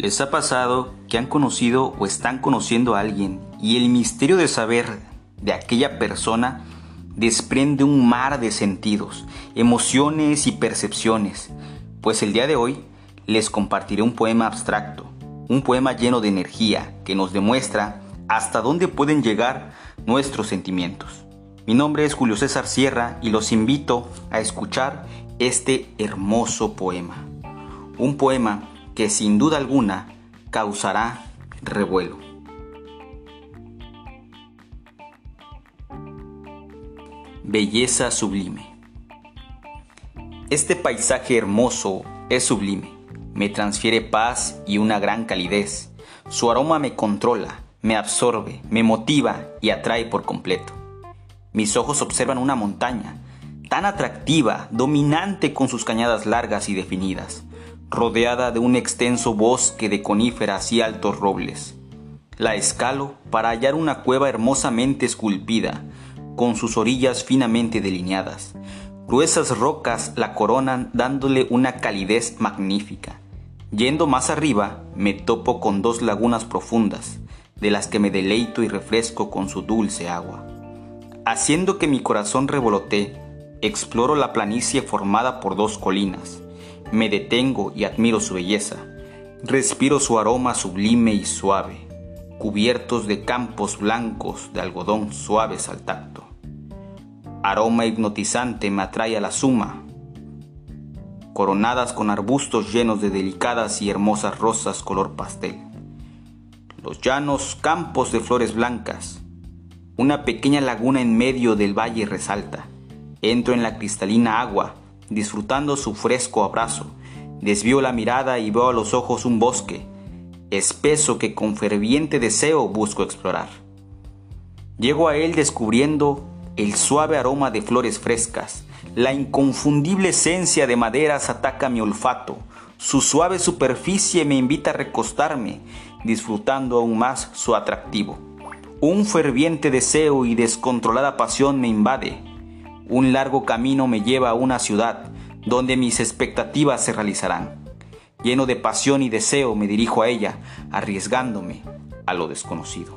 ¿Les ha pasado que han conocido o están conociendo a alguien y el misterio de saber de aquella persona desprende un mar de sentidos, emociones y percepciones? Pues el día de hoy les compartiré un poema abstracto, un poema lleno de energía que nos demuestra hasta dónde pueden llegar nuestros sentimientos. Mi nombre es Julio César Sierra y los invito a escuchar este hermoso poema. Un poema que sin duda alguna causará revuelo. Belleza sublime. Este paisaje hermoso es sublime, me transfiere paz y una gran calidez. Su aroma me controla, me absorbe, me motiva y atrae por completo. Mis ojos observan una montaña, tan atractiva, dominante con sus cañadas largas y definidas, rodeada de un extenso bosque de coníferas y altos robles. La escalo para hallar una cueva hermosamente esculpida, con sus orillas finamente delineadas. Gruesas rocas la coronan dándole una calidez magnífica. Yendo más arriba, me topo con dos lagunas profundas, de las que me deleito y refresco con su dulce agua. Haciendo que mi corazón revolotee, exploro la planicie formada por dos colinas. Me detengo y admiro su belleza. Respiro su aroma sublime y suave, cubiertos de campos blancos de algodón suaves al tacto. Aroma hipnotizante me atrae a la suma, coronadas con arbustos llenos de delicadas y hermosas rosas color pastel. Los llanos campos de flores blancas. Una pequeña laguna en medio del valle resalta. Entro en la cristalina agua, disfrutando su fresco abrazo. Desvío la mirada y veo a los ojos un bosque espeso que con ferviente deseo busco explorar. Llego a él descubriendo el suave aroma de flores frescas. La inconfundible esencia de maderas ataca mi olfato. Su suave superficie me invita a recostarme, disfrutando aún más su atractivo. Un ferviente deseo y descontrolada pasión me invade. Un largo camino me lleva a una ciudad donde mis expectativas se realizarán. Lleno de pasión y deseo me dirijo a ella, arriesgándome a lo desconocido.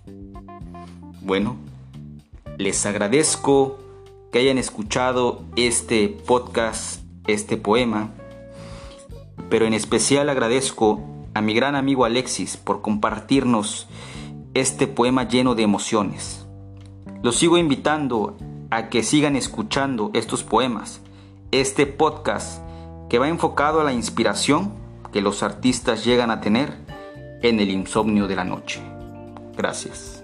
Bueno, les agradezco que hayan escuchado este podcast, este poema, pero en especial agradezco a mi gran amigo Alexis por compartirnos este poema lleno de emociones. Los sigo invitando a que sigan escuchando estos poemas, este podcast que va enfocado a la inspiración que los artistas llegan a tener en el insomnio de la noche. Gracias.